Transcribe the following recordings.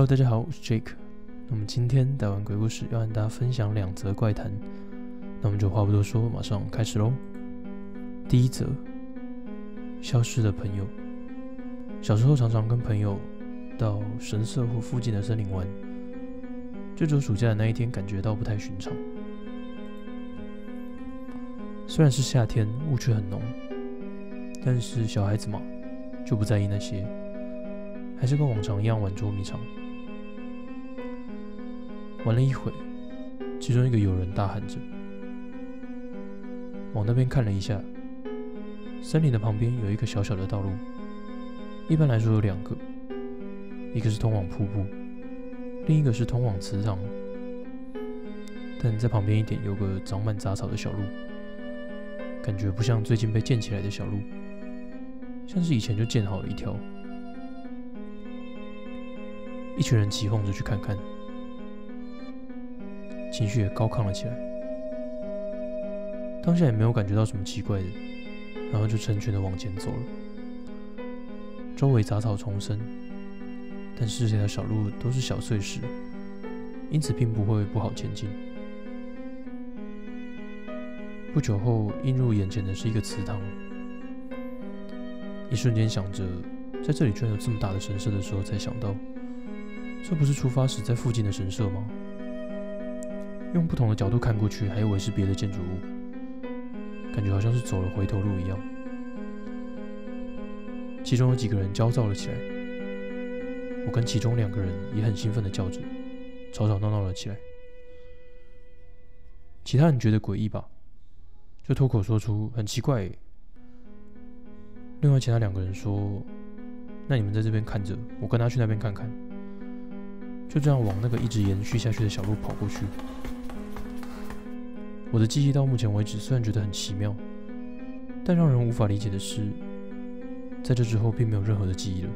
Hello， 大家好，我是 Jake。那我们今天带完鬼故事，要和大家分享2则怪谈。那我们就话不多说，马上开始喽。第一则，消失的朋友。小时候常常跟朋友到神社或附近的森林玩，就只有暑假的那一天感觉到不太寻常。虽然是夏天，雾却很浓，但是小孩子嘛，就不在意那些，还是跟往常一样玩捉迷藏。玩了一会，其中一个友人大喊着，往那边看了一下，森林的旁边有一个小小的道路，一般来说有2个，一个是通往瀑布，另一个是通往祠堂，但在旁边一点有个长满杂草的小路，感觉不像最近被建起来的小路，像是以前就建好了一条。一群人起哄着去看看，情绪也高亢了起来。当下也没有感觉到什么奇怪的，然后就成群的往前走了。周围杂草丛生，但是这条小路都是小碎石，因此并不会不好前进。不久后，映入眼前的是一个祠堂。一瞬间想着，在这里居然有这么大的神社的时候，才想到，这不是出发时在附近的神社吗？用不同的角度看过去，还以为是别的建筑物，感觉好像是走了回头路一样。其中有几个人焦躁了起来，我跟其中2个人也很兴奋地叫着，吵吵闹闹了起来。其他人觉得诡异吧，就脱口说出很奇怪耶。另外其他2个人说，那你们在这边看着，我跟他去那边看看。就这样往那个一直延续下去的小路跑过去。我的记忆到目前为止虽然觉得很奇妙，但让人无法理解的是，在这之后并没有任何的记忆了。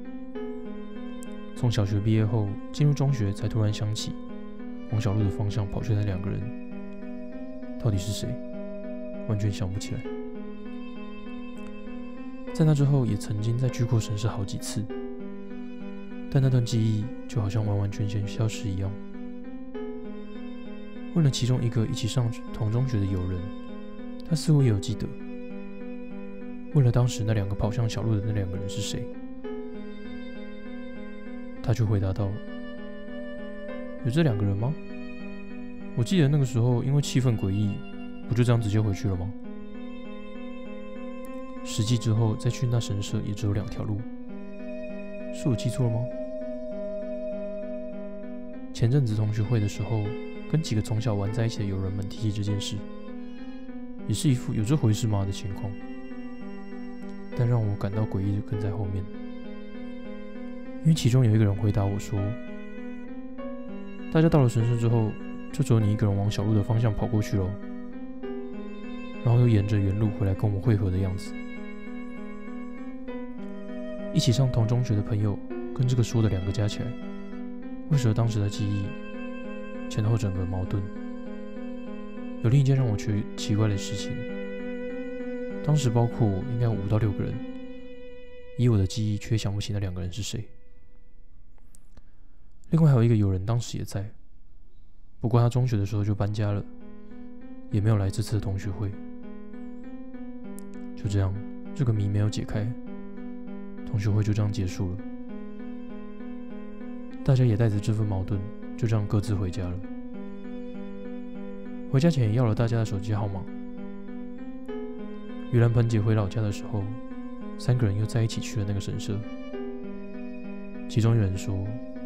从小学毕业后进入中学，才突然想起往小路的方向跑去的那2个人到底是谁，完全想不起来。在那之后也曾经再去过神社好几次，但那段记忆就好像完完全全消失一样。问了其中一个一起上同中学的友人，他似乎也有记得。问了当时那2个跑向小路的那2个人是谁，他却回答道：“有这2个人吗？我记得那个时候因为气氛诡异，不就这样直接回去了吗？实际之后再去那神社也只有2条路，是我记错了吗？”前阵子同学会的时候，跟几个从小玩在一起的友人们提起这件事，也是一副有这回事吗的情况。但让我感到诡异的跟在后面，因为其中有一个人回答我说，大家到了神社之后，就只有你一个人往小路的方向跑过去咯，然后又沿着原路回来跟我们会合的样子。一起上同中学的朋友跟这个说的2个加起来，为什么当时的记忆前后整个矛盾。有另一件让我觉得奇怪的事情，当时包括我应该有5到6个人，以我的记忆却想不起那2个人是谁。另外还有一个友人当时也在，不过他中学的时候就搬家了，也没有来这次的同学会。就这样，这个谜没有解开，同学会就这样结束了。大家也带着这份矛盾，就这样各自回家了。回家前也要了大家的手机号码。盂兰盆姐回老家的时候，3个人又在一起去了那个神社。其中有人说，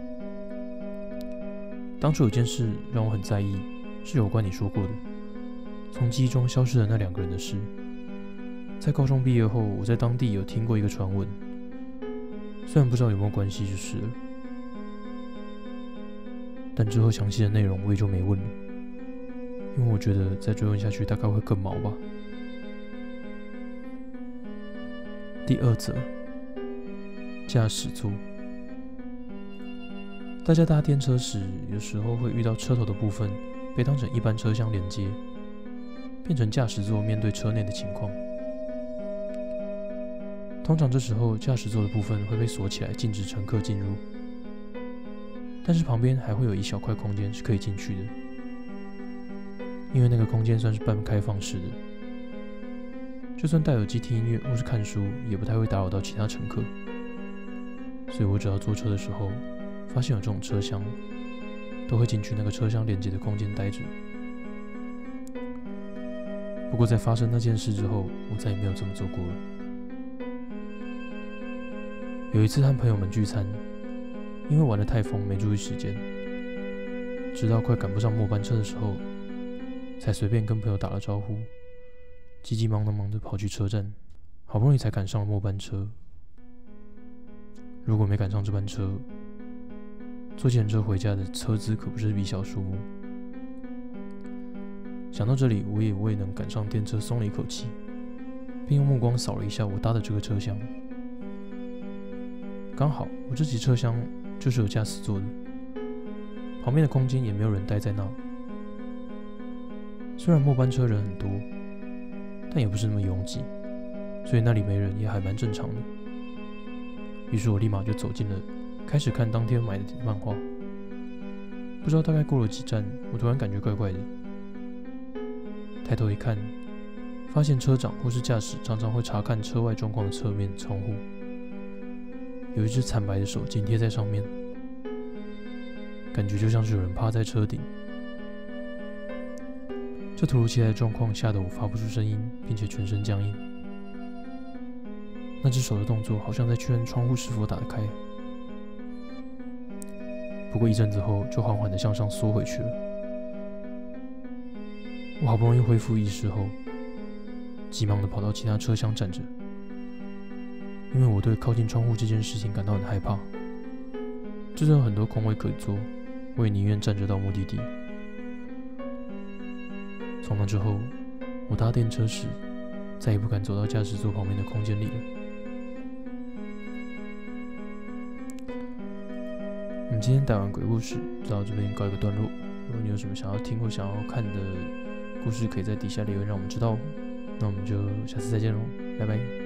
当初有件事让我很在意，是有关你说过的，从记忆中消失的那2个人的事。在高中毕业后，我在当地有听过一个传闻，虽然不知道有没有关系就是了，但之后详细的内容我也就没问了，因为我觉得再追问下去大概会更毛吧。第2则，驾驶座。大家搭电车时，有时候会遇到车头的部分被当成一般车厢连接，变成驾驶座面对车内的情况。通常这时候驾驶座的部分会被锁起来，禁止乘客进入。 但是旁边还会有一小块空间是可以进去的，因为那个空间算是半开放式的，就算戴耳机听音乐或是看书，也不太会打扰到其他乘客。所以我只要坐车的时候，发现有这种车厢，都会进去那个车厢连接的空间待着。不过在发生那件事之后，我再也没有这么做过了。有一次和朋友们聚餐，因为玩得太疯，没注意时间，直到快赶不上末班车的时候，才随便跟朋友打了招呼，急急忙忙的跑去车站，好不容易才赶上了末班车。如果没赶上这班车，坐计程车回家的车资可不是笔小数目。想到这里，我也未能赶上电车松了一口气，并用目光扫了一下我搭的这个车厢。刚好我这节车厢就是有驾驶座的，旁边的空间也没有人待在那。虽然末班车人很多，但也不是那么拥挤，所以那里没人也还蛮正常的。于是我立马就走进了，开始看当天买的漫画。不知道大概过了几站，我突然感觉怪怪的，抬头一看，发现车长或是驾驶常常会查看车外状况的侧面窗户，有一只惨白的手紧贴在上面，感觉就像是有人趴在车顶。这突如其来的状况吓得我发不出声音，并且全身僵硬。那只手的动作好像在确认窗户是否打得开，不过一阵子后就缓缓地向上缩回去了。我好不容易恢复意识后，急忙地跑到其他车厢站着，因为我对靠近窗户这件事情感到很害怕。就算有很多空位可以坐，我也宁愿站着到目的地。从那之后，我搭电车时再也不敢走到驾驶座旁边的空间里了。我们今天带完鬼故事就到这边告一个段落。如果你有什么想要听或想要看的故事，可以在底下留言让我们知道。那我们就下次再见喽，拜拜。